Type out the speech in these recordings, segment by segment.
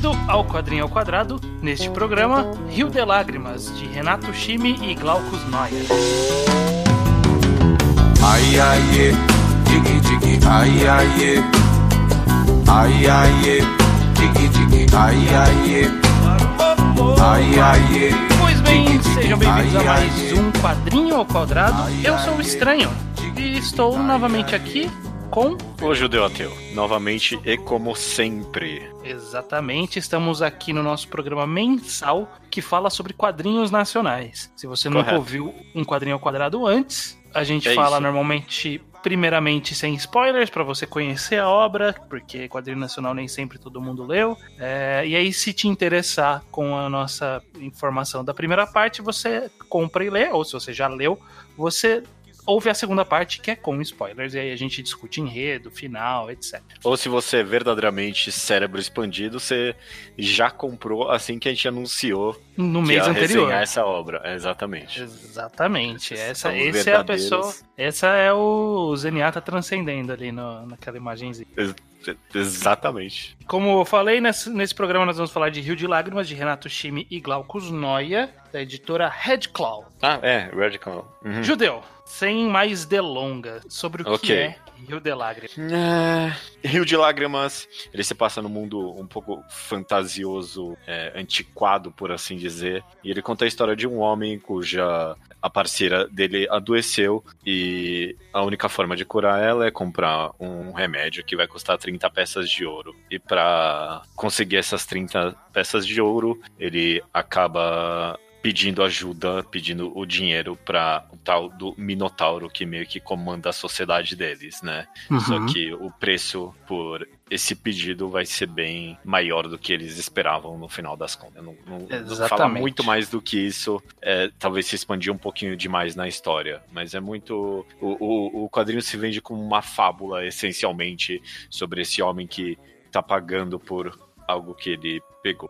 Bem-vindo ao Quadrinho ao Quadrado, neste programa Rio de Lágrimas, de Renato Schimi e Glaucus Noia. Ai, ai, digi, digi, ai, ai, ai, ai, digi, digi, ai, ai, ai, ai. Pois bem, sejam bem-vindos a mais um Quadrinho ao Quadrado. Eu sou o Estranho e estou novamente aqui com o Judeu Ateu, novamente e como sempre. Exatamente, estamos aqui no nosso programa mensal que fala sobre quadrinhos nacionais. Se você nunca ouviu um Quadrinho ao Quadrado antes, a gente fala normalmente, primeiramente, sem spoilers, para você conhecer a obra, porque quadrinho nacional nem sempre todo mundo leu. E aí, se te interessar com a nossa informação da primeira parte, você compra e lê, ou se você já leu, você ouve a segunda parte, que é com spoilers, e aí a gente discute enredo, final, etc. Ou se você é verdadeiramente cérebro expandido, você já comprou assim que a gente anunciou no mês anterior essa obra. Exatamente. Exatamente. Essa é a pessoa. Essa é o Zenyatta transcendendo ali naquela imagenzinha. Exatamente. Como eu falei, nesse programa nós vamos falar de Rio de Lágrimas, de Renato Schimi e Glaucus Noia, da editora Red Claw. Red Claw. Uhum. Judeu, sem mais delongas, sobre o que é Rio de Lágrimas. Rio de Lágrimas, ele se passa num mundo um pouco fantasioso, antiquado, por assim dizer. E ele conta a história de um homem cuja a parceira dele adoeceu e a única forma de curar ela é comprar um remédio que vai custar 30 peças de ouro. E para conseguir essas 30 peças de ouro, ele acaba pedindo ajuda, pedindo o dinheiro para o tal do Minotauro, que meio que comanda a sociedade deles, né? Uhum. Só que o preço por esse pedido vai ser bem maior do que eles esperavam no final das contas. Não fala muito mais do que isso, talvez se expandir um pouquinho demais na história, mas é muito... O quadrinho se vende como uma fábula, essencialmente, sobre esse homem que tá pagando por algo que ele pegou.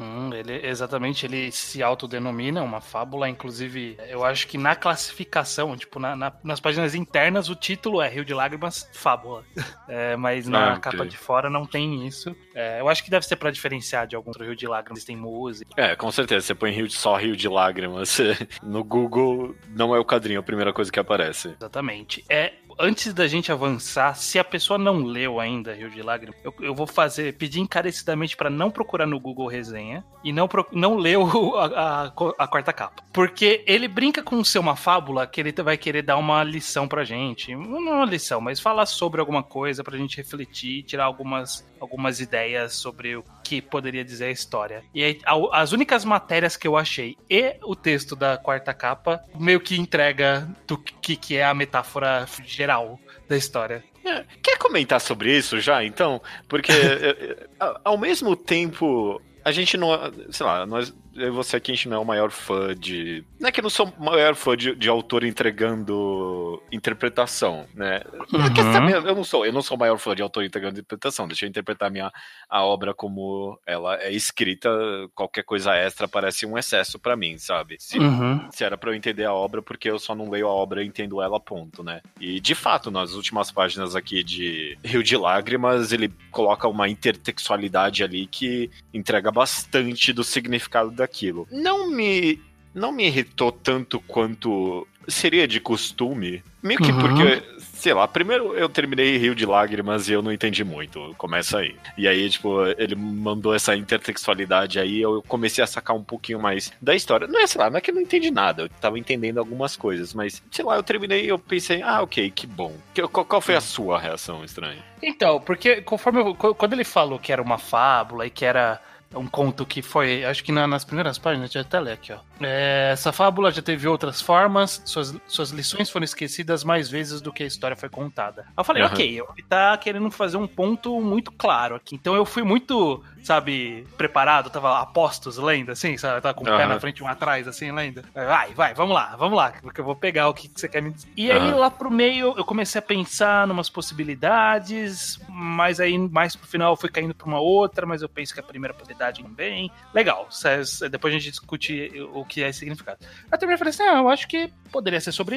Ele se autodenomina uma fábula, inclusive eu acho que na classificação, tipo, nas páginas internas o título é Rio de Lágrimas, fábula. Mas na capa de fora não tem isso. Eu acho que deve ser pra diferenciar de algum outro Rio de Lágrimas, tem música. Com certeza, você põe só Rio de Lágrimas no Google, não é o quadrinho a primeira coisa que aparece. Exatamente. Antes da gente avançar, se a pessoa não leu ainda Rio de Lágrimas, eu vou pedir encarecidamente pra não procurar no Google resenha e não ler a quarta capa. Porque ele brinca com ser uma fábula que ele vai querer dar uma lição pra gente. Não é uma lição, mas falar sobre alguma coisa pra gente refletir, tirar algumas ideias sobre o que poderia dizer a história. E aí, as únicas matérias que eu achei e o texto da quarta capa meio que entrega do que é a metáfora geral da história. Quer comentar sobre isso já, então? Porque ao mesmo tempo, a gente não... Sei lá, eu e você aqui, a gente não é o maior fã de... Não é que eu não sou o maior fã de autor entregando interpretação, né? Eu não sou o maior fã de autor entregando interpretação. Deixa eu interpretar a obra como ela é escrita. Qualquer coisa extra parece um excesso pra mim, sabe? Se era pra eu entender a obra, porque eu só não leio a obra e entendo ela, ponto, né? E, de fato, nas últimas páginas aqui de Rio de Lágrimas, ele coloca uma intertextualidade ali que entrega bastante do significado daquilo. Não me irritou tanto quanto seria de costume. Meio que porque, sei lá, primeiro eu terminei Rio de Lágrimas e eu não entendi muito. Começa aí. E aí, tipo, ele mandou essa intertextualidade aí, eu comecei a sacar um pouquinho mais da história. Não é que eu não entendi nada, eu tava entendendo algumas coisas, mas, sei lá, eu terminei e eu pensei, ok, que bom. Qual foi a sua reação, Estranho? Então, porque quando ele falou que era uma fábula e que era um conto que foi, acho que nas primeiras páginas, deixa eu até ler aqui, ó. Essa fábula já teve outras formas, suas lições foram esquecidas mais vezes do que a história foi contada. Eu falei, ok, ele tá querendo fazer um ponto muito claro aqui. Então eu fui muito, sabe, preparado, tava a postos lendo, assim, sabe? Eu tava com o pé na frente e um atrás, assim, lendo. Vai, vamos lá, porque eu vou pegar o que você quer me dizer. E aí lá pro meio eu comecei a pensar numas possibilidades, mas aí mais pro final eu fui caindo pra uma outra, mas eu penso que a primeira possibilidade também. Legal, depois a gente discute o que é significado. Eu também falei assim, eu acho que poderia ser sobre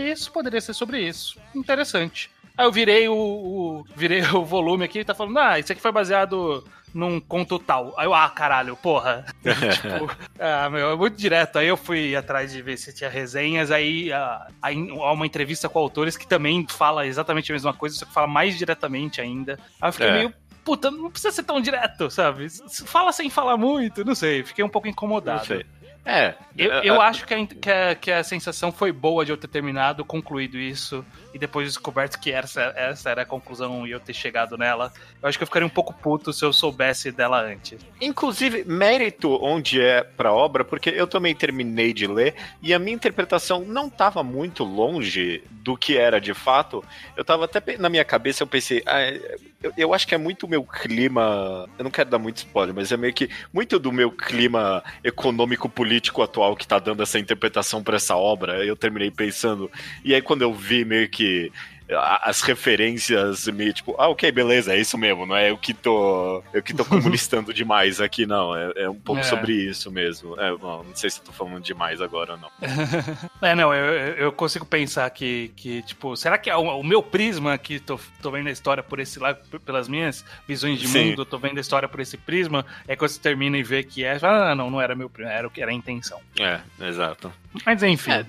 isso. Interessante. Aí eu virei o volume aqui e tá falando, isso aqui foi baseado num conto tal. Aí eu, caralho, porra. Tipo, meu, é muito direto. Aí eu fui atrás de ver se tinha resenhas, aí há uma entrevista com autores que também fala exatamente a mesma coisa, só que fala mais diretamente ainda. Aí eu fiquei meio, puta, não precisa ser tão direto, sabe? Fala sem falar muito, não sei, fiquei um pouco incomodado. Não sei. Eu acho que a sensação foi boa de eu ter terminado, concluído isso, e depois descoberto que essa era a conclusão e eu ter chegado nela. Eu acho que eu ficaria um pouco puto se eu soubesse dela antes. Inclusive, mérito onde é pra obra, porque eu também terminei de ler, e a minha interpretação não tava muito longe do que era de fato. Eu tava até na minha cabeça, eu pensei, eu acho que é muito o meu clima, eu não quero dar muito spoiler, mas é meio que muito do meu clima econômico-político atual que tá dando essa interpretação pra essa obra. Eu terminei pensando, e aí quando eu vi meio que as referências meio tipo, ok, beleza, é isso mesmo, não é eu que tô comunistando demais aqui, não, é um pouco sobre isso mesmo. Não sei se eu tô falando demais agora ou não. Não, eu consigo pensar que tipo, será que é o meu prisma que tô vendo a história por esse lado, pelas minhas visões de mundo, eu tô vendo a história por esse prisma, é quando você termina e vê que não era meu prisma, era o que era a intenção. Exato. Mas enfim.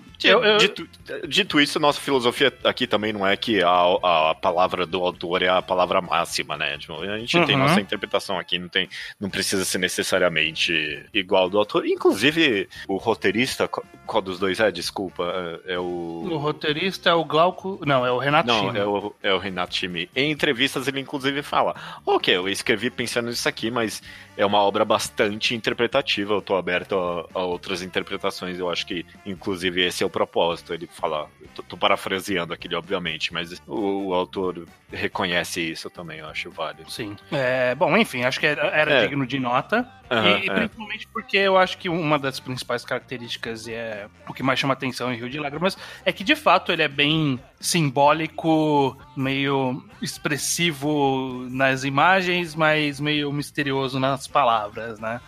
Dito isso, nossa filosofia aqui também não é que a palavra do autor é a palavra máxima, né? Tipo, a gente tem nossa interpretação aqui, não precisa ser necessariamente igual do autor. Inclusive, o roteirista, qual dos dois é? Desculpa, é o... O roteirista é o Glauco... Não, é o Renato Chimi. Não, é o Renato Chimi. Em entrevistas ele inclusive fala, ok, eu escrevi pensando nisso aqui, mas é uma obra bastante interpretativa, eu tô aberto a outras interpretações, eu acho que inclusive esse é o propósito. Ele fala, tô parafraseando aqui, obviamente, mas o autor reconhece isso também, eu acho válido. Sim. Bom, enfim, acho que era digno de nota. E principalmente porque eu acho que uma das principais características, e é o que mais chama atenção em Rio de Lágrimas, é que de fato ele é bem simbólico, meio expressivo nas imagens, mas meio misterioso nas palavras, né?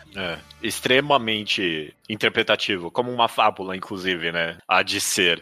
Extremamente interpretativo, como uma fábula, inclusive, né? Há de ser.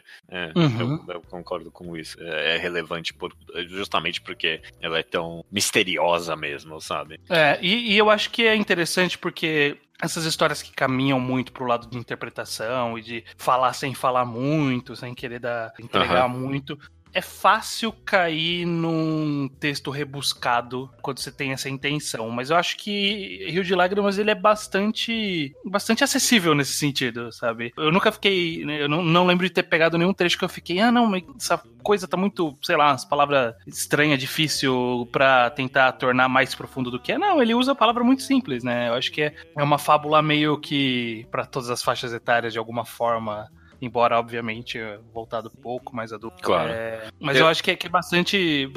Eu concordo com isso. É relevante justamente porque ela é tão misteriosa mesmo, sabe? E eu acho que é interessante porque essas histórias que caminham muito pro lado de interpretação e de falar sem falar muito, sem querer entregar muito, é fácil cair num texto rebuscado quando você tem essa intenção, mas eu acho que Rio de Lágrimas ele é bastante acessível nesse sentido, sabe? Eu nunca fiquei, eu não lembro de ter pegado nenhum trecho que eu fiquei, não, mas essa coisa tá muito, sei lá, umas palavras estranhas, difícil pra tentar tornar mais profundo do que é. Não, ele usa a palavra muito simples, né? Eu acho que é uma fábula meio que pra todas as faixas etárias de alguma forma, embora, obviamente, voltado pouco mais adulto. Claro. Mas eu acho que é bastante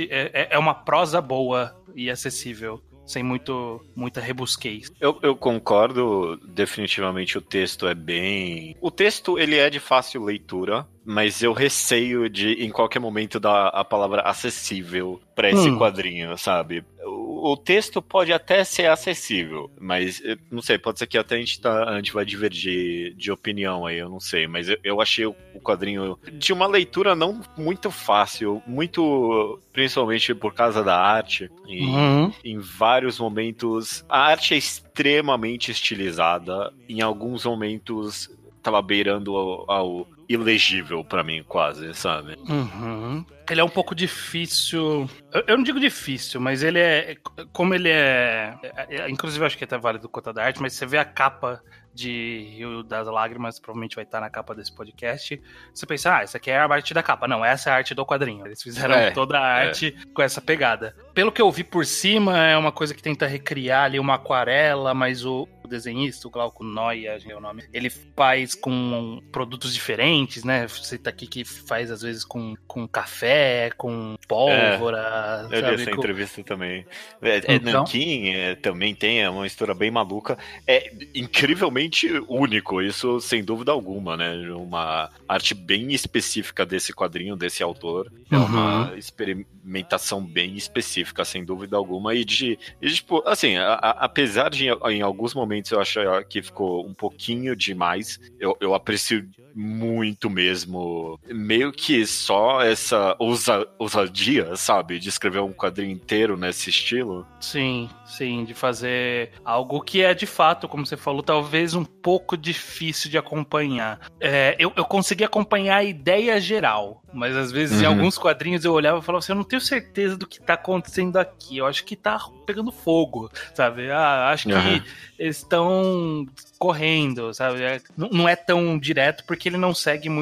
é uma prosa boa e acessível, sem muita rebusquez. Eu concordo, definitivamente o texto é bem... O texto, ele é de fácil leitura, mas eu receio de, em qualquer momento, dar a palavra acessível pra esse quadrinho, sabe? O texto pode até ser acessível, mas, não sei, pode ser que até a gente vai divergir de opinião aí, eu não sei, mas eu achei o quadrinho de uma leitura não muito fácil, muito, principalmente por causa da arte, em vários momentos, a arte é extremamente estilizada, em alguns momentos tava beirando ao ilegível pra mim, quase, sabe? Ele é um pouco difícil. Eu não digo difícil, mas ele é. Como ele é. Inclusive, eu acho que é até válido conta da arte, mas você vê a capa de Rio das Lágrimas, provavelmente vai estar na capa desse podcast. Você pensa, essa aqui é a arte da capa. Não, essa é a arte do quadrinho. Eles fizeram toda a arte com essa pegada. Pelo que eu vi por cima, é uma coisa que tenta recriar ali uma aquarela, mas o desenhista, o Glauco Noia, é o nome, ele faz com produtos diferentes, né? Você tá aqui que faz às vezes com café, com pólvora. Eu li essa entrevista também. Nanquim também tem uma história bem maluca. É incrivelmente único, isso sem dúvida alguma, né? Uma arte bem específica desse quadrinho, desse autor. É uma experimentação bem específica, sem dúvida alguma. E tipo, assim, apesar de em alguns momentos momentos eu acho que ficou um pouquinho demais. Eu aprecio muito mesmo, meio que só essa ousadia, sabe? De escrever um quadrinho inteiro nesse estilo. Sim, de fazer algo que é de fato, como você falou, talvez um pouco difícil de acompanhar. Eu consegui acompanhar a ideia geral, mas às vezes em alguns quadrinhos eu olhava e falava assim, eu não tenho certeza do que tá acontecendo aqui, eu acho que tá pegando fogo, sabe? Acho que eles estão correndo, sabe? Não é tão direto porque ele não segue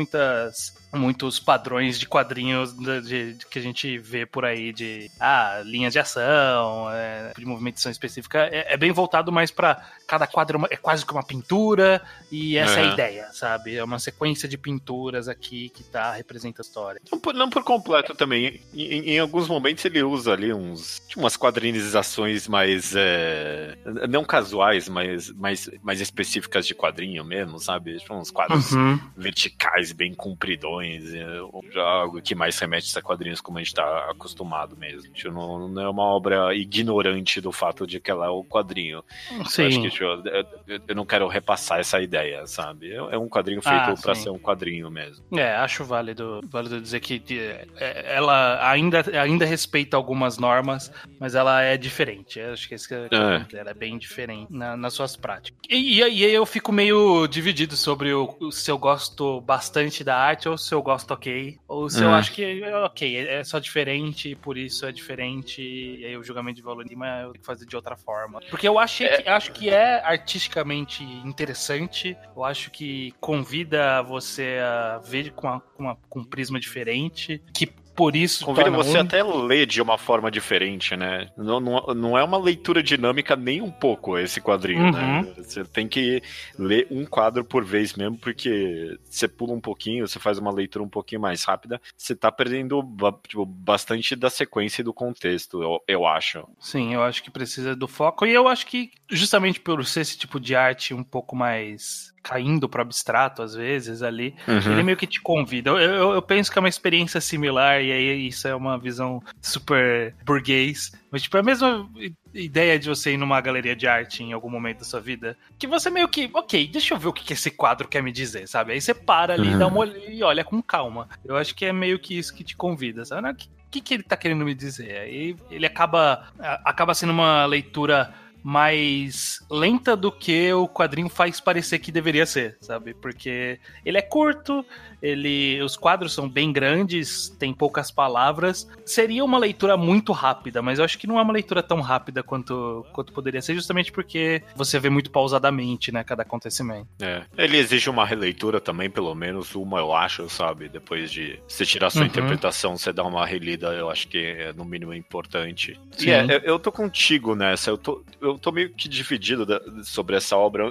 muitos padrões de quadrinhos que a gente vê por aí de linhas de ação, de movimentação específica. É bem voltado mais pra cada quadro, é quase que uma pintura, e essa é a ideia, sabe? É uma sequência de pinturas aqui que representa a história. Não por completo também. Em alguns momentos ele usa ali umas quadrinizações mais não casuais, mas mais específicas de quadrinho mesmo, sabe? Tipo, uns quadros verticais bem compridões, algo que mais remete a quadrinhos como a gente tá acostumado mesmo. Tipo, não é uma obra ignorante do fato de que ela é o quadrinho. Sim. Eu acho que eu não quero repassar essa ideia, sabe? É um quadrinho feito pra ser um quadrinho mesmo. Acho válido dizer que ela ainda respeita algumas normas, mas ela é diferente. Eu acho que ela é bem diferente nas suas práticas. E aí eu fico meio dividido sobre se eu gosto bastante da arte ou se eu gosto ou se eu acho que é só diferente e por isso é diferente, e aí o julgamento de valor eu tenho que fazer de outra forma. Porque eu acho que é artisticamente interessante, eu acho que convida você a ver com um prisma diferente, que por isso convida você até ler de uma forma diferente, né? Não é uma leitura dinâmica nem um pouco esse quadrinho, né? Você tem que ler um quadro por vez mesmo, porque você pula um pouquinho, você faz uma leitura um pouquinho mais rápida, você tá perdendo bastante da sequência e do contexto, eu acho. Sim, eu acho que precisa do foco, e eu acho que justamente por ser esse tipo de arte um pouco mais caindo pro abstrato, às vezes, ali, ele meio que te convida. Eu penso que é uma experiência similar, e aí isso é uma visão super burguês, mas tipo, é a mesma ideia de você ir numa galeria de arte em algum momento da sua vida, que você meio que, deixa eu ver o que esse quadro quer me dizer, sabe? Aí você para ali, dá uma olhada e olha com calma. Eu acho que é meio que isso que te convida, sabe? O que ele tá querendo me dizer? Aí ele acaba sendo uma leitura mais lenta do que o quadrinho faz parecer que deveria ser, sabe? Porque ele é curto, os quadros são bem grandes, tem poucas palavras. Seria uma leitura muito rápida, mas eu acho que não é uma leitura tão rápida quanto poderia ser, justamente porque você vê muito pausadamente, né, cada acontecimento. Ele exige uma releitura também, pelo menos uma, eu acho, sabe? Depois de você tirar sua interpretação, você dá uma relida, eu acho que é no mínimo importante. Sim. E eu tô contigo nessa, eu tô meio que dividido sobre essa obra.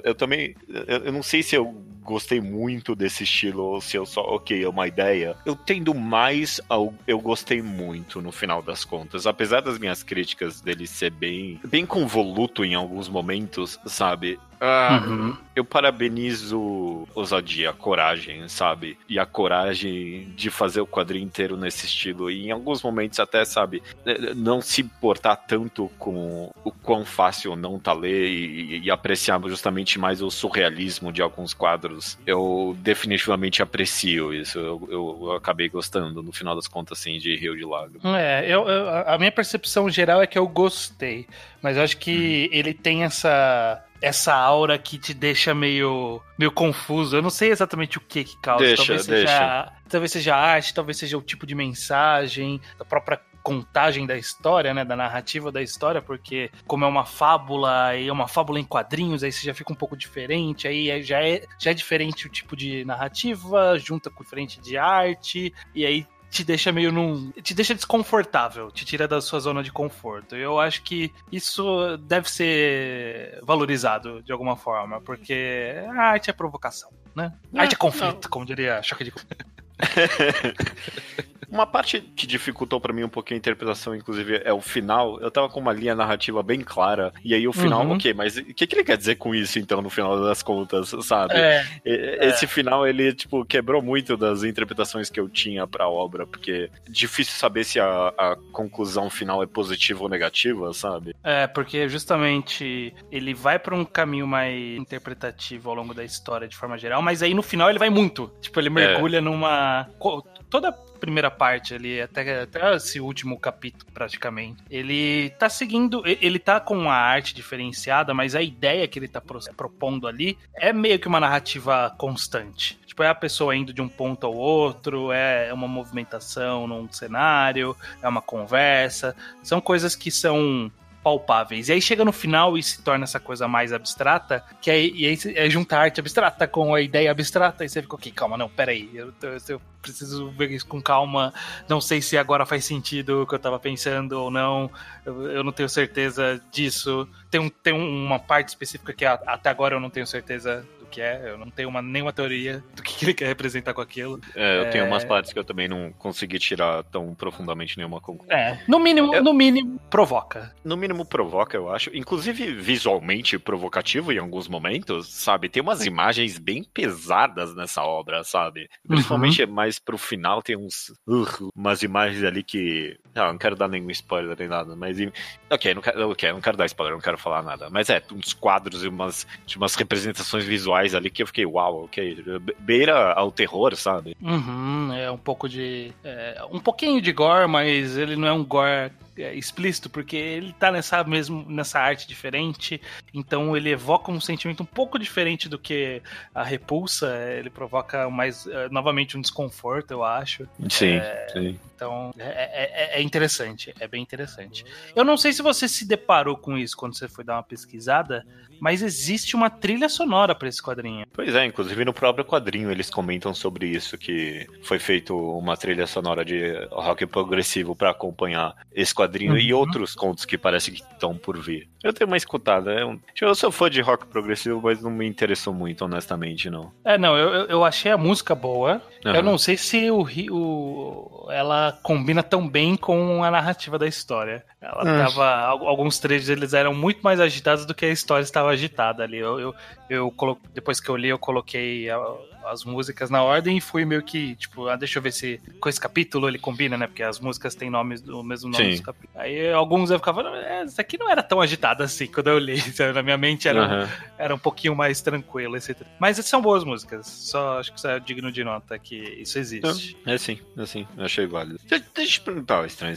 Eu não sei se eu gostei muito desse estilo ou se eu só, é uma ideia. Eu tendo mais eu gostei muito no final das contas, apesar das minhas críticas dele ser bem convoluto em alguns momentos, sabe? Eu parabenizo ousadia, a coragem, sabe? E a coragem de fazer o quadrinho inteiro nesse estilo. E em alguns momentos até, sabe, não se importar tanto com o quão fácil não tá ler e apreciar justamente mais o surrealismo de alguns quadros. Eu definitivamente aprecio isso. Eu acabei gostando, no final das contas, assim, de Rio de Lago. A minha percepção geral é que eu gostei. Mas eu acho que ele tem essa aura que te deixa meio confuso. Eu não sei exatamente o que causa. Talvez seja a arte, talvez seja o tipo de mensagem, a própria contagem da história, né, da narrativa da história, porque como é uma fábula, e é uma fábula em quadrinhos, aí você já fica um pouco diferente, aí já é diferente o tipo de narrativa, junta com diferente de arte, e aí te deixa te deixa desconfortável, te tira da sua zona de conforto. Eu acho que isso deve ser valorizado de alguma forma, porque a arte é provocação, né? A arte é conflito, como diria Choque de Uma parte que dificultou pra mim um pouquinho a interpretação, inclusive, é o final. Eu tava com uma linha narrativa bem clara, e aí o final, ok, mas o que ele quer dizer com isso, então, no final das contas, sabe? Esse final, ele, tipo, quebrou muito das interpretações que eu tinha pra obra, porque é difícil saber se a conclusão final é positiva ou negativa, sabe? Porque justamente ele vai pra um caminho mais interpretativo ao longo da história, de forma geral, mas aí no final ele vai muito. Tipo, ele mergulha numa... Toda a primeira parte ali, até esse último capítulo, praticamente, ele tá seguindo... Ele tá com uma arte diferenciada, mas a ideia que ele tá propondo ali é meio que uma narrativa constante. Tipo, é a pessoa indo de um ponto ao outro, é uma movimentação num cenário, é uma conversa. São coisas que são palpáveis. E aí chega no final e se torna essa coisa mais abstrata, que aí é juntar a arte abstrata com a ideia abstrata, e você fica, ok, calma, não, peraí, eu preciso ver isso com calma, não sei se agora faz sentido o que eu tava pensando ou não, eu não tenho certeza disso. Tem uma parte específica que até agora eu não tenho certeza que eu não tenho nenhuma teoria do que ele quer representar com aquilo. Eu tenho umas partes que eu também não consegui tirar tão profundamente nenhuma conclusão. No mínimo provoca. No mínimo provoca, eu acho. Inclusive visualmente provocativo em alguns momentos, sabe? Tem umas imagens bem pesadas nessa obra, sabe? Principalmente mais pro final tem umas imagens ali que... Não quero dar nenhum spoiler nem nada, mas... Ok, não quero dar spoiler, não quero falar nada. Mas uns quadros e umas representações visuais ali que eu fiquei, uau, ok. Beira ao terror, sabe? É um pouco de... um pouquinho de gore, mas ele não é um gore explícito, porque ele tá nessa arte diferente, então ele evoca um sentimento um pouco diferente do que a repulsa, ele provoca novamente um desconforto, eu acho. Sim. Então, é interessante, é bem interessante. Eu não sei se você se deparou com isso quando você foi dar uma pesquisada, mas existe uma trilha sonora pra esse quadrinho. Pois é, inclusive no próprio quadrinho eles comentam sobre isso, que foi feito uma trilha sonora de rock progressivo pra acompanhar esse quadrinho e outros contos que parece que estão por vir. Eu tenho uma escutada, eu sou fã de rock progressivo, mas não me interessou muito, honestamente, não. Eu achei a música boa. Eu não sei se ela combina tão bem com a narrativa da história. Ela tava... Alguns trechos eles eram muito mais agitados do que a história estava agitada ali. Depois que eu li, eu coloquei as músicas na ordem e fui meio que, tipo, deixa eu ver se com esse capítulo ele combina, né? Porque as músicas têm o mesmo nome dos capítulos. Aí alguns eu ficava, isso aqui não era tão agitado assim quando eu li. Na minha mente era um pouquinho mais tranquilo. Mas são boas músicas. Só acho que isso é digno de nota, que isso existe. É sim, eu achei válido. Deixa eu te perguntar, Estranho.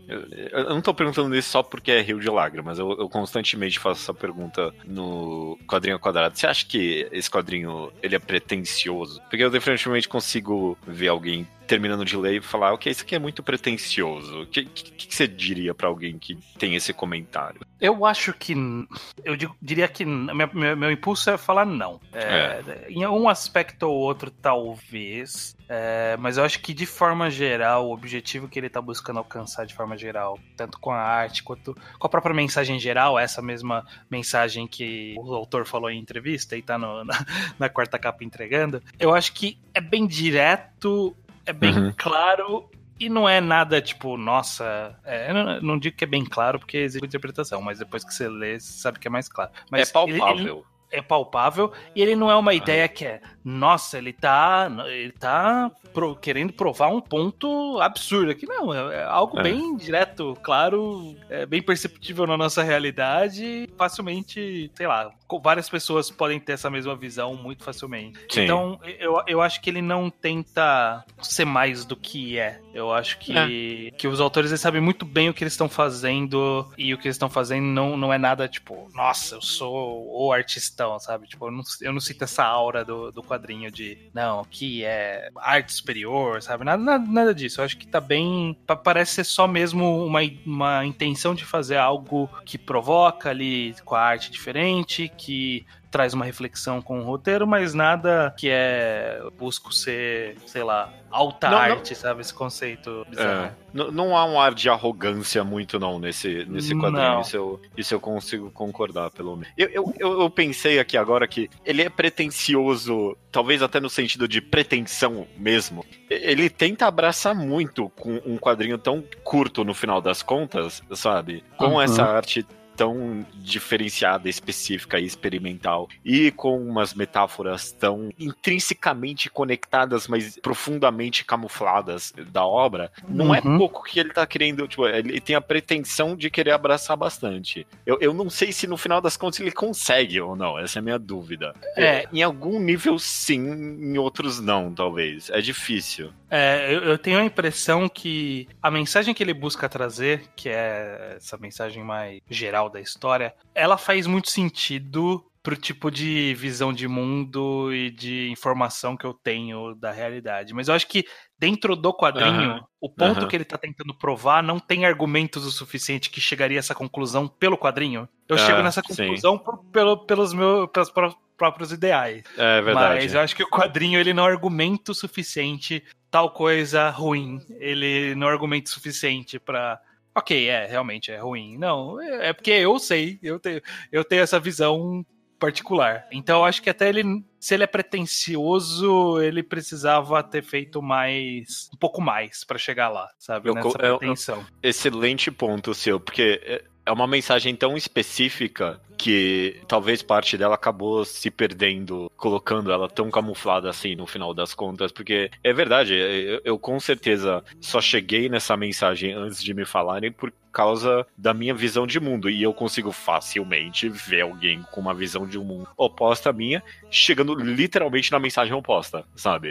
Eu não tô perguntando isso só porque é Rio de Lágrimas. Eu constantemente faço essa pergunta no Quadrinho ao Quadrado. Você acha que esse quadrinho ele é pretencioso? Porque eu definitivamente consigo ver alguém terminando de ler e falar, ok, isso aqui é muito pretencioso. O que você diria pra alguém que tem esse comentário? Eu acho que... Eu diria que... Meu impulso é falar não. Em um aspecto ou outro, talvez. Mas eu acho que, de forma geral, o objetivo que ele tá buscando alcançar de forma geral, tanto com a arte quanto com a própria mensagem geral, essa mesma mensagem que o autor falou em entrevista e tá na quarta capa entregando, eu acho que é bem direto, é bem claro e não é nada tipo, nossa... eu não digo que é bem claro porque existe interpretação, mas depois que você lê, você sabe que é mais claro. Mas é palpável. É palpável e ele não é uma ideia que é, nossa, ele tá querendo provar um ponto absurdo aqui. Não, é algo bem direto, claro, bem perceptível na nossa realidade, facilmente, sei lá, várias pessoas podem ter essa mesma visão muito facilmente. Sim. Então, eu acho que ele não tenta ser mais do que é. Eu acho que os autores eles sabem muito bem o que eles estão fazendo e o que eles estão fazendo não é nada tipo, nossa, eu sou o artistão, sabe? Tipo, eu não sinto essa aura do quadrinho de, não, que é arte superior, sabe? Nada disso. Eu acho que tá bem... Parece ser só mesmo uma intenção de fazer algo que provoca ali com a arte diferente, que traz uma reflexão com o roteiro, mas nada que busco ser, sei lá, alta arte, sabe? Esse conceito bizarro. Não há um ar de arrogância muito, não, nesse quadrinho. Não. Isso eu consigo concordar, pelo menos. Eu pensei aqui agora que ele é pretencioso, talvez até no sentido de pretensão mesmo. Ele tenta abraçar muito com um quadrinho tão curto no final das contas, sabe? Com essa arte tão diferenciada, específica e experimental, e com umas metáforas tão intrinsecamente conectadas, mas profundamente camufladas da obra, não é pouco que ele tá querendo, tipo, ele tem a pretensão de querer abraçar bastante. Eu não sei se no final das contas ele consegue ou não, essa é a minha dúvida. Em algum nível sim, em outros não, talvez. É difícil. Eu tenho a impressão que a mensagem que ele busca trazer, que é essa mensagem mais geral da história, ela faz muito sentido pro tipo de visão de mundo e de informação que eu tenho da realidade. Mas eu acho que dentro do quadrinho, o ponto que ele tá tentando provar não tem argumentos o suficiente que chegaria a essa conclusão pelo quadrinho. Eu chego nessa conclusão pelos meus próprios ideais. É verdade. Mas eu acho que o quadrinho ele não argumenta o suficiente tal coisa ruim. Ele não argumenta o suficiente pra... Ok, realmente é ruim. Não, é porque eu sei, eu tenho essa visão particular. Então eu acho que até ele, se ele é pretencioso, ele precisava ter feito um pouco mais pra chegar lá, sabe? Nessa pretensão. Excelente ponto seu, porque é uma mensagem tão específica que talvez parte dela acabou se perdendo, colocando ela tão camuflada assim no final das contas, porque é verdade, eu com certeza só cheguei nessa mensagem antes de me falarem por causa da minha visão de mundo, e eu consigo facilmente ver alguém com uma visão de um mundo oposta à minha, chegando literalmente na mensagem oposta, sabe?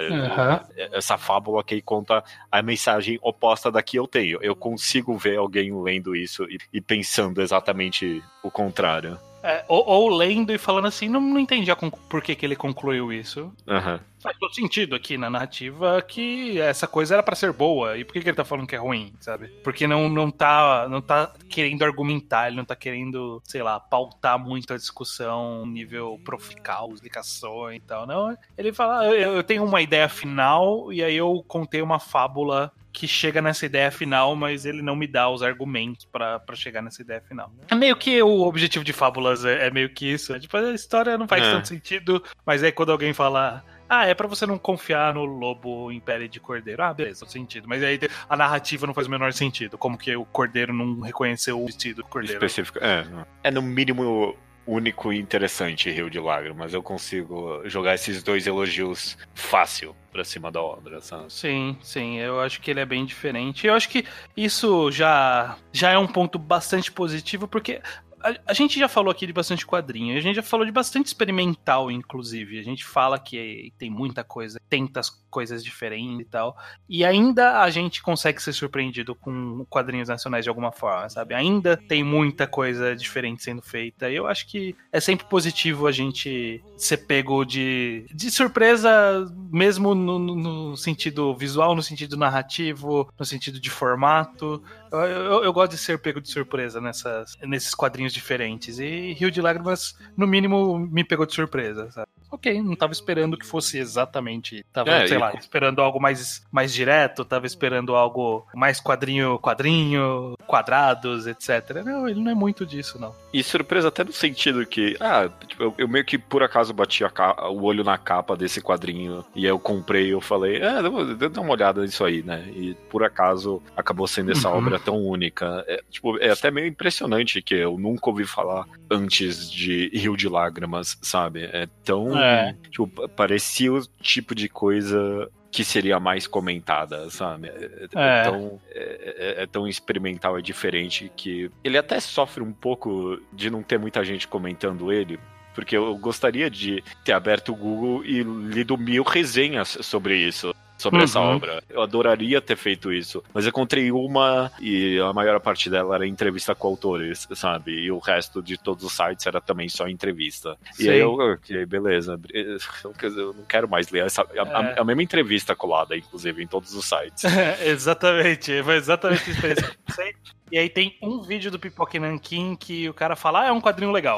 Essa fábula que conta a mensagem oposta da que eu tenho. Eu consigo ver alguém lendo isso e pensando exatamente o contrário. Ou lendo e falando assim, não entendi por que ele concluiu isso. Faz todo sentido aqui na narrativa que essa coisa era pra ser boa. E por que ele tá falando que é ruim, sabe? Porque não tá querendo argumentar, ele não tá querendo, sei lá, pautar muito a discussão, nível profical, explicações e tal. Não, ele fala, eu tenho uma ideia final e aí eu contei uma fábula que chega nessa ideia final, mas ele não me dá os argumentos pra chegar nessa ideia final. É meio que o objetivo de fábulas, é meio que isso. Tipo, a história não faz tanto sentido, mas aí quando alguém fala... é pra você não confiar no lobo em pele de cordeiro. Beleza, faz sentido. Mas aí a narrativa não faz o menor sentido. Como que o cordeiro não reconheceu o vestido do cordeiro. Específico. É no mínimo único e interessante, Rio de Lágrimas. Eu consigo jogar esses dois elogios fácil pra cima da obra, sabe? Sim, eu acho que ele é bem diferente. Eu acho que isso já é um ponto bastante positivo, porque... A gente já falou aqui de bastante quadrinho, a gente já falou de bastante experimental, inclusive. A gente fala que tem muita coisa, tenta as coisas diferentes e tal. E ainda a gente consegue ser surpreendido com quadrinhos nacionais de alguma forma, sabe? Ainda tem muita coisa diferente sendo feita. E eu acho que é sempre positivo a gente ser pego de surpresa, mesmo no sentido visual, no sentido narrativo, no sentido de formato. Eu gosto de ser pego de surpresa nesses quadrinhos diferentes. E Rio de Lágrimas, no mínimo, me pegou de surpresa, sabe? Ok, não tava esperando que fosse exatamente... Tava, sei lá, esperando algo mais direto, tava esperando algo mais quadrinho, quadrados, etc. Não, ele não é muito disso, não. E surpresa até no sentido que... tipo, eu meio que por acaso bati o olho na capa desse quadrinho e aí eu comprei e eu falei, dá uma olhada nisso aí, né? E por acaso acabou sendo essa obra tão única. É até meio impressionante que eu nunca ouvi falar antes de Rio de Lágrimas, sabe? É tão... Tipo, parecia o tipo de coisa que seria mais comentada, sabe? É tão experimental e diferente que ele até sofre um pouco de não ter muita gente comentando ele, porque eu gostaria de ter aberto o Google e lido 1000 resenhas sobre isso. Sobre essa obra. Eu adoraria ter feito isso. Mas eu encontrei uma e a maior parte dela era entrevista com autores, sabe? E o resto de todos os sites era também só entrevista. Sim. E aí ok, beleza. Eu não quero mais ler a mesma entrevista colada, inclusive, em todos os sites. Exatamente. Foi exatamente isso. E aí tem um vídeo do Pipoca e Nanquim que o cara fala, é um quadrinho legal.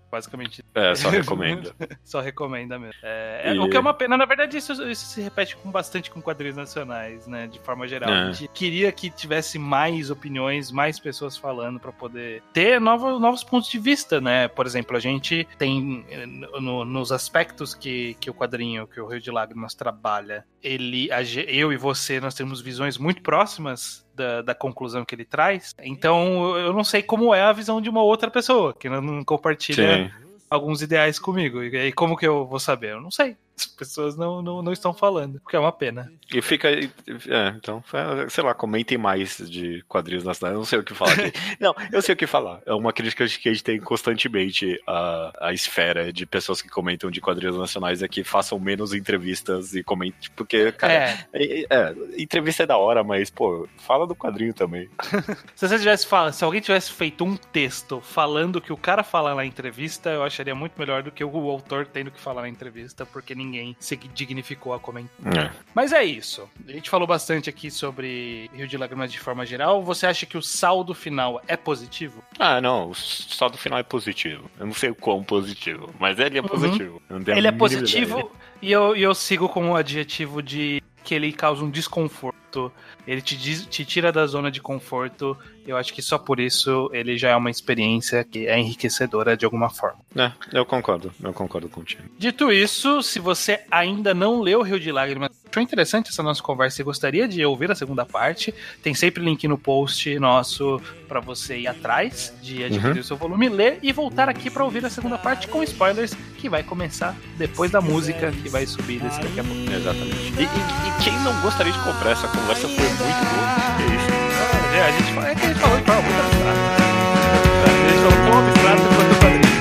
Basicamente. Só recomendo. Só recomenda mesmo. O que é uma pena, na verdade, isso se repete bastante com quadrinhos nacionais, né? De forma geral. A gente queria que tivesse mais opiniões, mais pessoas falando pra poder ter novos pontos de vista, né? Por exemplo, a gente tem nos aspectos que o quadrinho, que o Rio de Lágrimas trabalha, eu e você, nós temos visões muito próximas da conclusão que ele traz. Então, eu não sei como é a visão de uma outra pessoa, que não compartilha alguns ideais comigo. E aí, como que eu vou saber? Eu não sei. As pessoas não estão falando, porque é uma pena. E fica... então, sei lá, comentem mais de quadrinhos nacionais. Eu não sei o que falar aqui. Não, eu sei o que falar. É uma crítica que a gente tem constantemente a esfera de pessoas que comentam de quadrinhos nacionais é que façam menos entrevistas e comentem, porque, cara, entrevista é da hora, mas, pô, fala do quadrinho também. Se alguém tivesse feito um texto falando o que o cara fala na entrevista, eu acharia muito melhor do que o autor tendo que falar na entrevista, porque ninguém se dignificou a comentar. Mas é isso. A gente falou bastante aqui sobre Rio de Lágrimas de forma geral. Você acha que o saldo final é positivo? Não. O saldo final é positivo. Eu não sei o quão positivo, mas ele é positivo. Ele é positivo e eu sigo com o adjetivo de que ele causa um desconforto. Ele te tira da zona de conforto. Eu acho que só por isso ele já é uma experiência que é enriquecedora de alguma forma. Eu concordo contigo. Dito isso, se você ainda não leu Rio de Lágrimas, achou interessante essa nossa conversa e gostaria de ouvir a segunda parte, tem sempre link no post nosso pra você ir atrás de adquirir o seu volume, ler e voltar aqui pra ouvir a segunda parte com spoilers, que vai começar depois da música que vai subir daqui a pouco. Exatamente. E quem não gostaria de comprar? Essa conversa foi muito boa. Que isso? A gente falou de forma muito abstrata. A gente falou tão abstrato quanto o quadrinho.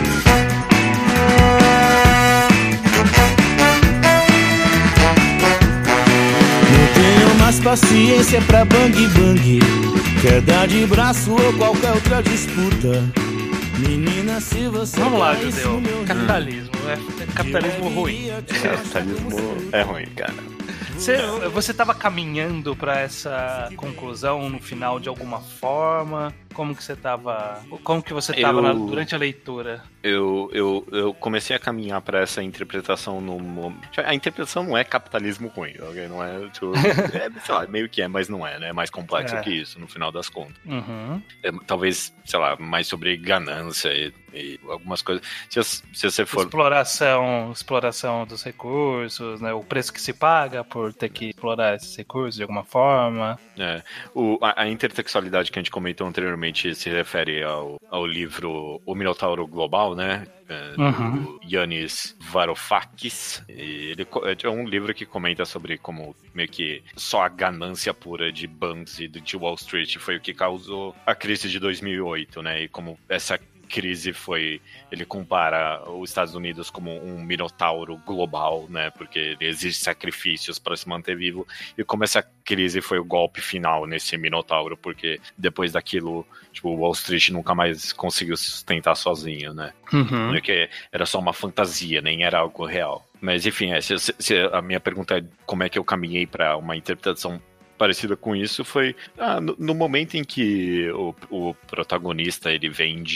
Não tenho mais paciência pra bang bang, quer dar de braço ou qualquer outra disputa. Menina, se você... Vamos lá, Judeu. Capitalismo. Capitalismo ruim. Capitalismo é ruim, cara. Você estava caminhando para essa conclusão no final de alguma forma? Como que você estava durante a leitura? Eu comecei a caminhar para essa interpretação a interpretação não é capitalismo ruim, okay? Não é, sei lá, meio que mas não é, né? É mais complexo que isso, no final das contas. Talvez, sei lá, mais sobre ganância e algumas coisas. Se você for... Exploração dos recursos, né? O preço que se paga por ter que explorar esses recursos de alguma forma. A intertextualidade que a gente comentou anteriormente se refere ao livro O Minotauro Global, né? Do Yanis Varoufakis. E ele é um livro que comenta sobre como meio que só a ganância pura de Banks e de Wall Street foi o que causou a crise de 2008, né? E como essa crise ele compara os Estados Unidos como um minotauro global, né, porque ele exige sacrifícios para se manter vivo, e como essa crise foi o golpe final nesse minotauro, porque depois daquilo, tipo, Wall Street nunca mais conseguiu se sustentar sozinho, né, porque era só uma fantasia, nem era algo real. Mas enfim, a minha pergunta é como é que eu caminhei para uma interpretação parecida com isso foi no momento em que o protagonista ele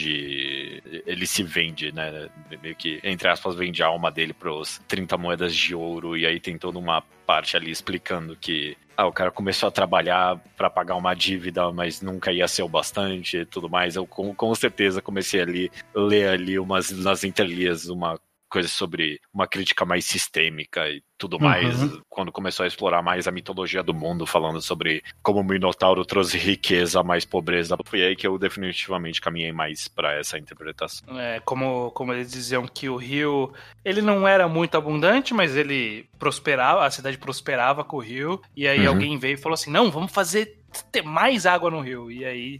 se vende, né, meio que, entre aspas, vende a alma dele pros 30 moedas de ouro, e aí tem toda uma parte ali explicando que o cara começou a trabalhar para pagar uma dívida, mas nunca ia ser o bastante e tudo mais. Eu com certeza comecei a ler ali nas entrelinhas uma coisa sobre uma crítica mais sistêmica e tudo mais, quando começou a explorar mais a mitologia do mundo, falando sobre como o Minotauro trouxe riqueza, mais pobreza. Foi aí que eu definitivamente caminhei mais para essa interpretação. Como eles diziam que o rio, ele não era muito abundante, mas ele prosperava, a cidade prosperava com o rio, e aí alguém veio e falou assim, não, vamos ter mais água no rio, e aí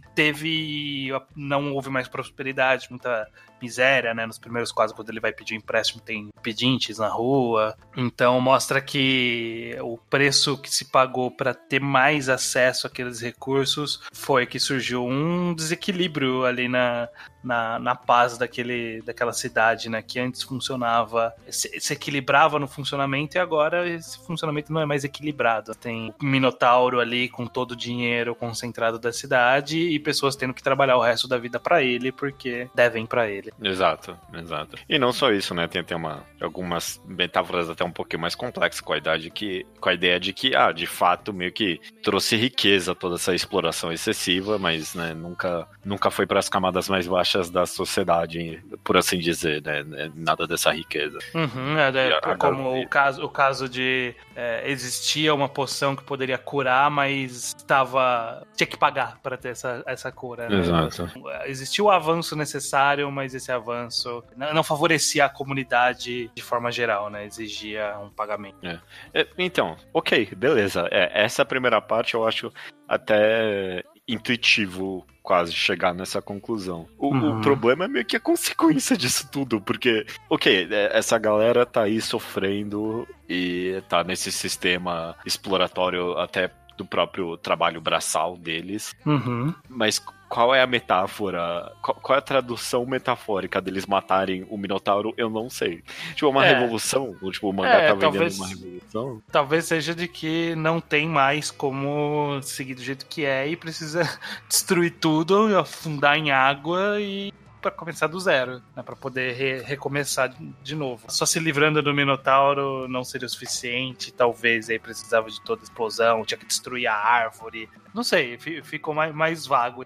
não houve mais prosperidade, muita miséria, né, nos primeiros quadros, quando ele vai pedir empréstimo, tem pedintes na rua, então mostra que o preço que se pagou para ter mais acesso àqueles recursos foi que surgiu um desequilíbrio ali na paz daquela cidade, né, que antes funcionava, se equilibrava no funcionamento, e agora esse funcionamento não é mais equilibrado. Tem o Minotauro ali com todo o dinheiro concentrado da cidade e pessoas tendo que trabalhar o resto da vida para ele, porque devem para ele. Exato. E não só isso, né? Tem algumas metáforas até um pouquinho mais complexas com a ideia de que, de fato, meio que trouxe riqueza toda essa exploração excessiva, mas, né, nunca foi para as camadas mais baixas da sociedade, por assim dizer, né? Nada dessa riqueza. Como o caso de existia uma poção que poderia curar, mas tinha que pagar para ter essa cura. Né? Exato. Existia o avanço necessário, mas esse avanço não favorecia a comunidade de forma geral, né? Exigia um pagamento. Então, ok, beleza. Essa primeira parte eu acho até intuitivo quase chegar nessa conclusão. O problema é meio que a consequência disso tudo, porque, essa galera tá aí sofrendo e tá nesse sistema exploratório até do próprio trabalho braçal deles, mas qual é a metáfora, qual é a tradução metafórica deles matarem o Minotauro, eu não sei. Tipo, uma revolução? Ou tipo, o mangá tá vendendo uma revolução? Talvez seja de que não tem mais como seguir do jeito que é e precisa destruir tudo, afundar em água e para começar do zero, né, para poder recomeçar de novo. Só se livrando do Minotauro não seria o suficiente, talvez aí precisava de toda a explosão, tinha que destruir a árvore. Não sei, ficou mais vago.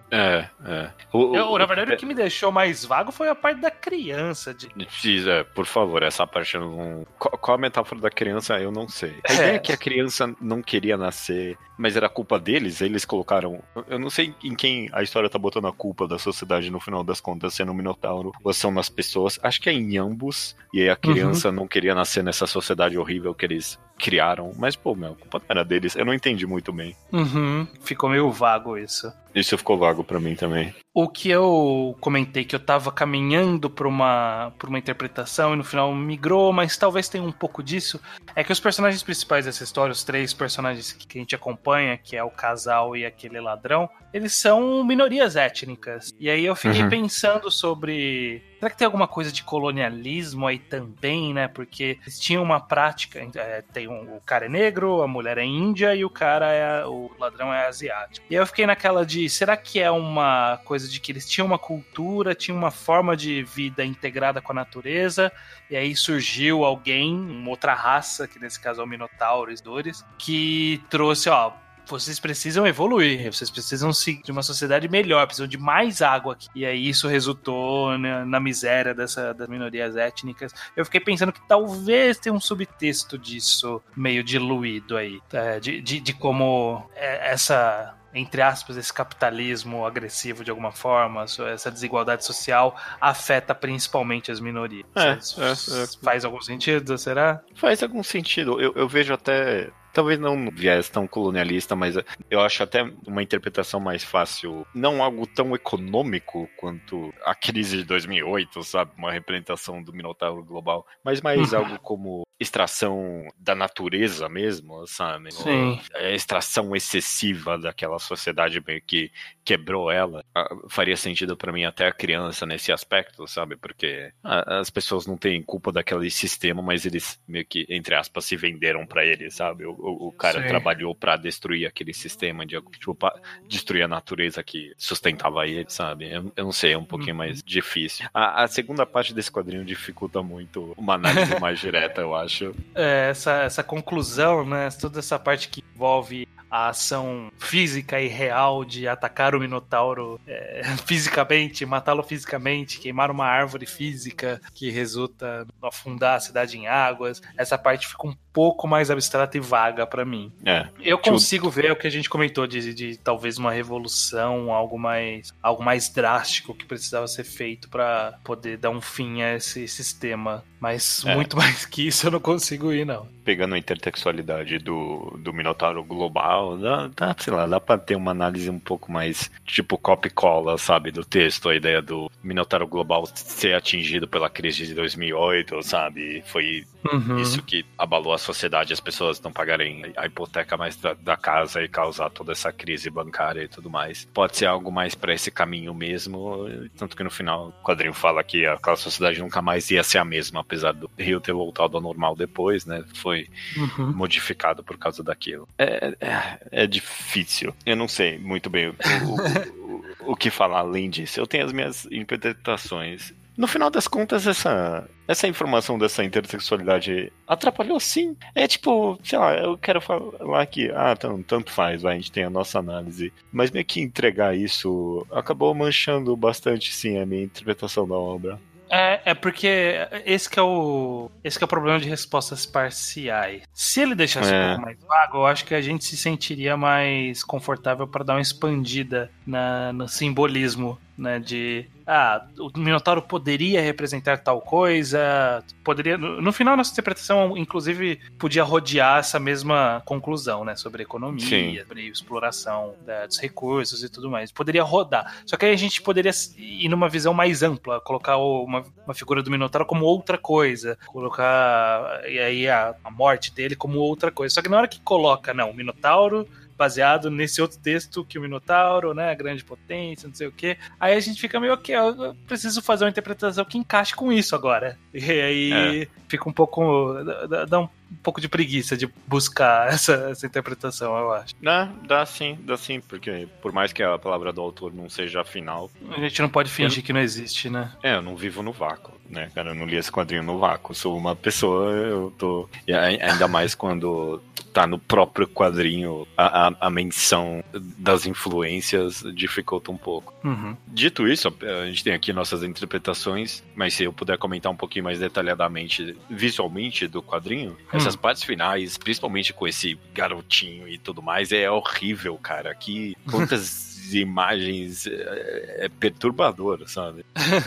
Na verdade, o que me deixou mais vago foi a parte da criança. Por favor, essa parte eu não... Qual a metáfora da criança, eu não sei. A ideia é que a criança não queria nascer, mas era culpa deles, eles colocaram... Eu não sei em quem a história tá botando a culpa da sociedade no final das contas, sendo um Minotauro, ou são nas pessoas. Acho que é em ambos, e aí a criança não queria nascer nessa sociedade horrível que eles criaram, mas, a culpa não era deles. Eu não entendi muito bem. Ficou meio vago isso. Isso ficou vago pra mim também. O que eu comentei que eu tava caminhando pra uma interpretação e no final migrou, mas talvez tenha um pouco disso, é que os personagens principais dessa história, os três personagens que a gente acompanha, que é o casal e aquele ladrão, eles são minorias étnicas. E aí eu fiquei pensando sobre... Será que tem alguma coisa de colonialismo aí também, né? Porque eles tinham uma prática... o cara é negro, a mulher é índia e o ladrão é asiático. E aí eu fiquei naquela de... Será que é uma coisa de que eles tinham uma cultura, tinham uma forma de vida integrada com a natureza, e aí surgiu alguém, uma outra raça, que nesse caso é o Minotauro, os Dores, que trouxe, vocês precisam evoluir, vocês precisam seguir de uma sociedade melhor, precisam de mais água aqui. E aí isso resultou na miséria das minorias étnicas. Eu fiquei pensando que talvez tenha um subtexto disso meio diluído aí, de como essa... entre aspas, esse capitalismo agressivo de alguma forma, essa desigualdade social afeta principalmente as minorias. Faz algum sentido, será? Faz algum sentido. Eu vejo até... Talvez não um viés tão colonialista, mas eu acho até uma interpretação mais fácil, não algo tão econômico quanto a crise de 2008, sabe? Uma representação do Minotauro global, mas mais algo como extração da natureza mesmo, sabe? Sim. A extração excessiva daquela sociedade meio que quebrou ela. Faria sentido pra mim até a criança nesse aspecto, sabe? Porque as pessoas não têm culpa daquele sistema, mas eles meio que, entre aspas, se venderam pra ele, sabe? O cara trabalhou pra destruir aquele sistema, destruir a natureza que sustentava ele, sabe? Eu não sei, é um pouquinho mais difícil. A segunda parte desse quadrinho dificulta muito uma análise mais direta, eu acho. Essa conclusão, né? Toda essa parte que envolve a ação física e real de atacar o Minotauro fisicamente, matá-lo fisicamente, queimar uma árvore física que resulta no afundar a cidade em águas. Essa parte fica um pouco mais abstrata e vaga pra mim. Eu consigo ver o que a gente comentou de talvez uma revolução, algo mais drástico que precisava ser feito pra poder dar um fim a esse sistema. Mas muito mais que isso eu não consigo ir, não. Pegando a intertextualidade do Minotauro global, dá pra ter uma análise um pouco mais tipo copy-cola, sabe, do texto, a ideia do Minotauro global ser atingido pela crise de 2008, sabe, foi isso que abalou a sociedade, as pessoas não pagarem a hipoteca mais da casa e causar toda essa crise bancária e tudo mais. Pode ser algo mais pra esse caminho mesmo, tanto que no final o quadrinho fala que aquela sociedade nunca mais ia ser a mesma, apesar do Rio ter voltado ao normal depois, né, foi modificado por causa daquilo. É difícil. Eu não sei muito bem o que falar além disso. Eu tenho as minhas interpretações. No final das contas, essa informação dessa intersexualidade atrapalhou sim. É tipo, sei lá, eu quero falar que, tanto faz, a gente tem a nossa análise. Mas meio que entregar isso acabou manchando bastante, sim, a minha interpretação da obra. É porque esse que é o problema de respostas parciais. Se ele deixasse um pouco mais vago, eu acho que a gente se sentiria mais confortável para dar uma expandida no simbolismo, né? De o Minotauro poderia representar tal coisa, poderia. No final, nossa interpretação, inclusive, podia rodear essa mesma conclusão, né? Sobre economia, Sim. sobre exploração dos recursos e tudo mais. Poderia rodar. Só que aí a gente poderia ir numa visão mais ampla, colocar uma figura do Minotauro como outra coisa, colocar e aí a morte dele como outra coisa. Só que na hora que coloca, o Minotauro baseado nesse outro texto que o Minotauro, né, a grande potência, não sei o quê. Aí a gente fica meio ok, eu preciso fazer uma interpretação que encaixe com isso agora. E aí fica um pouco, dá um pouco de preguiça de buscar essa interpretação, eu acho. Dá sim, porque por mais que a palavra do autor não seja a final... A gente não pode fingir que não existe, né? Eu não vivo no vácuo, né, cara, eu não li esse quadrinho no vácuo, sou uma pessoa, eu tô... E ainda mais quando tá no próprio quadrinho, a menção das influências dificulta um pouco. Uhum. Dito isso, a gente tem aqui nossas interpretações, mas se eu puder comentar um pouquinho mais detalhadamente, visualmente do quadrinho, essas partes finais, principalmente com esse garotinho e tudo mais, é horrível, cara. Que quantas imagens é perturbador, sabe?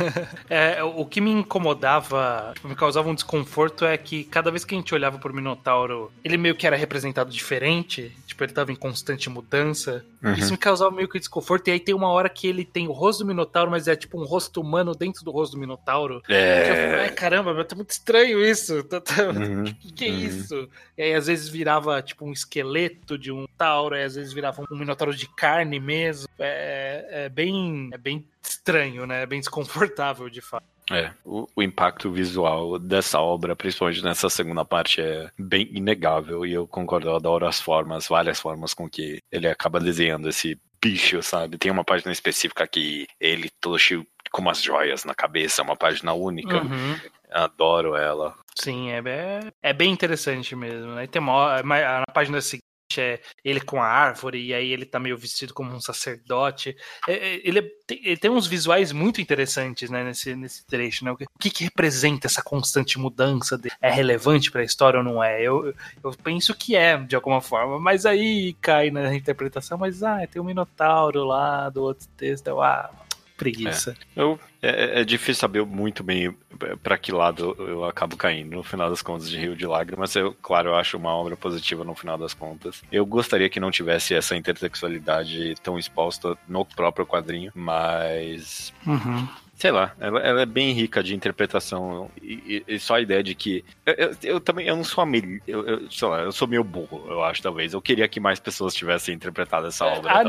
O que me incomodava, me causava um desconforto é que cada vez que a gente olhava pro Minotauro, ele meio que era representado diferente, tipo, ele tava em constante mudança. Isso me causava meio que desconforto, e aí tem uma hora que ele tem o rosto do Minotauro, mas é tipo um rosto humano dentro do rosto do Minotauro. Caramba, tá muito estranho isso. Que é isso? E aí às vezes virava tipo um esqueleto de um Tauro, aí às vezes virava um Minotauro de carne mesmo. É bem estranho, né? É bem desconfortável, de fato. O impacto visual dessa obra, principalmente nessa segunda parte, é bem inegável. E eu concordo, eu adoro várias formas com que ele acaba desenhando esse bicho, sabe? Tem uma página específica que ele todo cheio com umas joias na cabeça, uma página única. Adoro ela. Sim, é bem interessante mesmo, né? E tem na página seguinte ele com a árvore, e aí ele tá meio vestido como um sacerdote. Ele tem uns visuais muito interessantes, né, nesse trecho, né? O que representa essa constante mudança? É relevante pra história ou não é? Eu penso que é, de alguma forma, mas aí cai na interpretação, mas tem um Minotauro lá do outro texto, preguiça. É difícil saber muito bem pra que lado eu acabo caindo no final das contas de Rio de Lágrimas. Eu acho uma obra positiva no final das contas. Eu gostaria que não tivesse essa intersexualidade tão exposta no próprio quadrinho, mas... Sei lá, ela é bem rica de interpretação e só a ideia de que eu também não sou eu sou meio burro, eu acho, talvez. Eu queria que mais pessoas tivessem interpretado essa obra.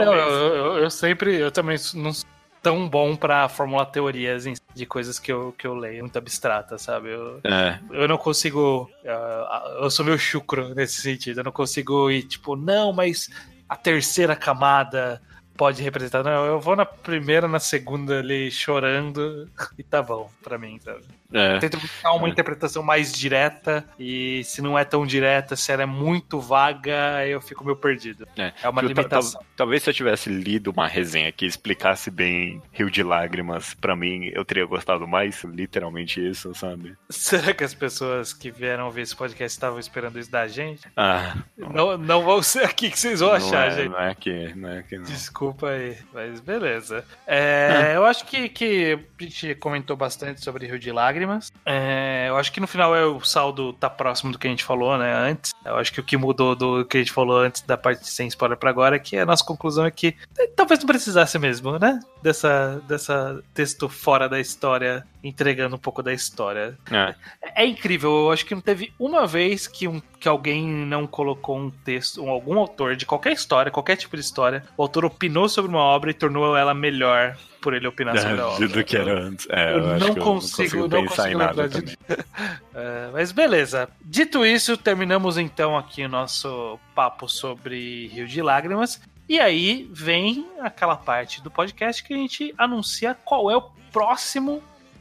Eu também não sou tão bom pra formular teorias de coisas que eu leio, muito abstrata, sabe? Eu não consigo... Eu sou meio chucro nesse sentido. Eu não consigo ir, tipo, não, mas a terceira camada pode representar. Não, eu vou na primeira, na segunda ali, chorando, e tá bom pra mim, sabe? Tento buscar uma interpretação mais direta, e se não é tão direta, se ela é muito vaga, eu fico meio perdido. É uma limitação. Talvez se eu tivesse lido uma resenha que explicasse bem Rio de Lágrimas, pra mim, eu teria gostado mais, literalmente isso, sabe? Será que as pessoas que vieram ver esse podcast estavam esperando isso da gente? Não vão ser aqui que vocês vão achar, gente. Não é aqui, não. Desculpa aí, mas beleza. Eu acho que a gente comentou bastante sobre Rio de Lágrimas. Eu acho que no final o saldo tá próximo do que a gente falou, né, antes. Eu acho que o que mudou do que a gente falou antes da parte sem spoiler pra agora é que a nossa conclusão é que talvez não precisasse mesmo, né, dessa texto fora da história, entregando um pouco da história. É incrível, eu acho que não teve uma vez que alguém não colocou um texto, algum autor de qualquer história, qualquer tipo de história, o autor opinou sobre uma obra e tornou ela melhor por ele opinar sobre a obra. Do que era antes. Eu não consigo pensar em nada também. Mas beleza. Dito isso, terminamos então aqui o nosso papo sobre Rio de Lágrimas. E aí vem aquela parte do podcast que a gente anuncia qual é o próximo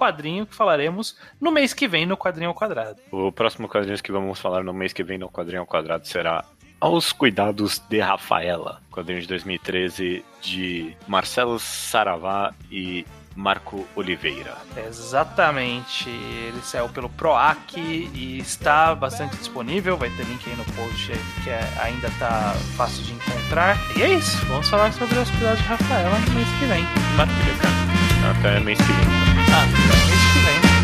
quadrinho que falaremos no mês que vem no Quadrinho ao Quadrado. O próximo quadrinho que vamos falar no mês que vem no Quadrinho ao Quadrado será Aos Cuidados de Rafaela, quadrinho de 2013 de Marcelo Saravá e Marco Oliveira. Exatamente, ele saiu pelo PROAC e está bastante disponível, vai ter link aí no post que ainda tá fácil de encontrar. E é isso, vamos falar sobre Os Cuidados de Rafaela no mês que vem. Maravilha, cara. Até mês que vem. Até mês que vem.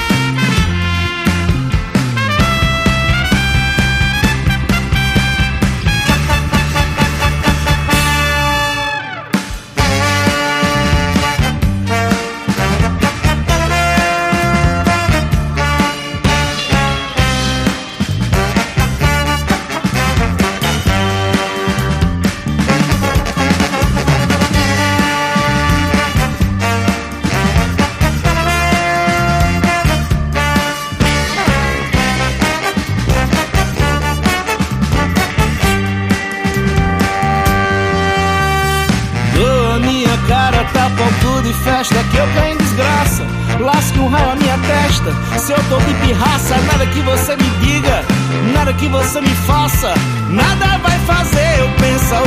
Festa que eu caio em desgraça, lasque um raio à minha testa. Se eu tô de pirraça, nada que você me diga, nada que você me faça, nada vai fazer eu pensar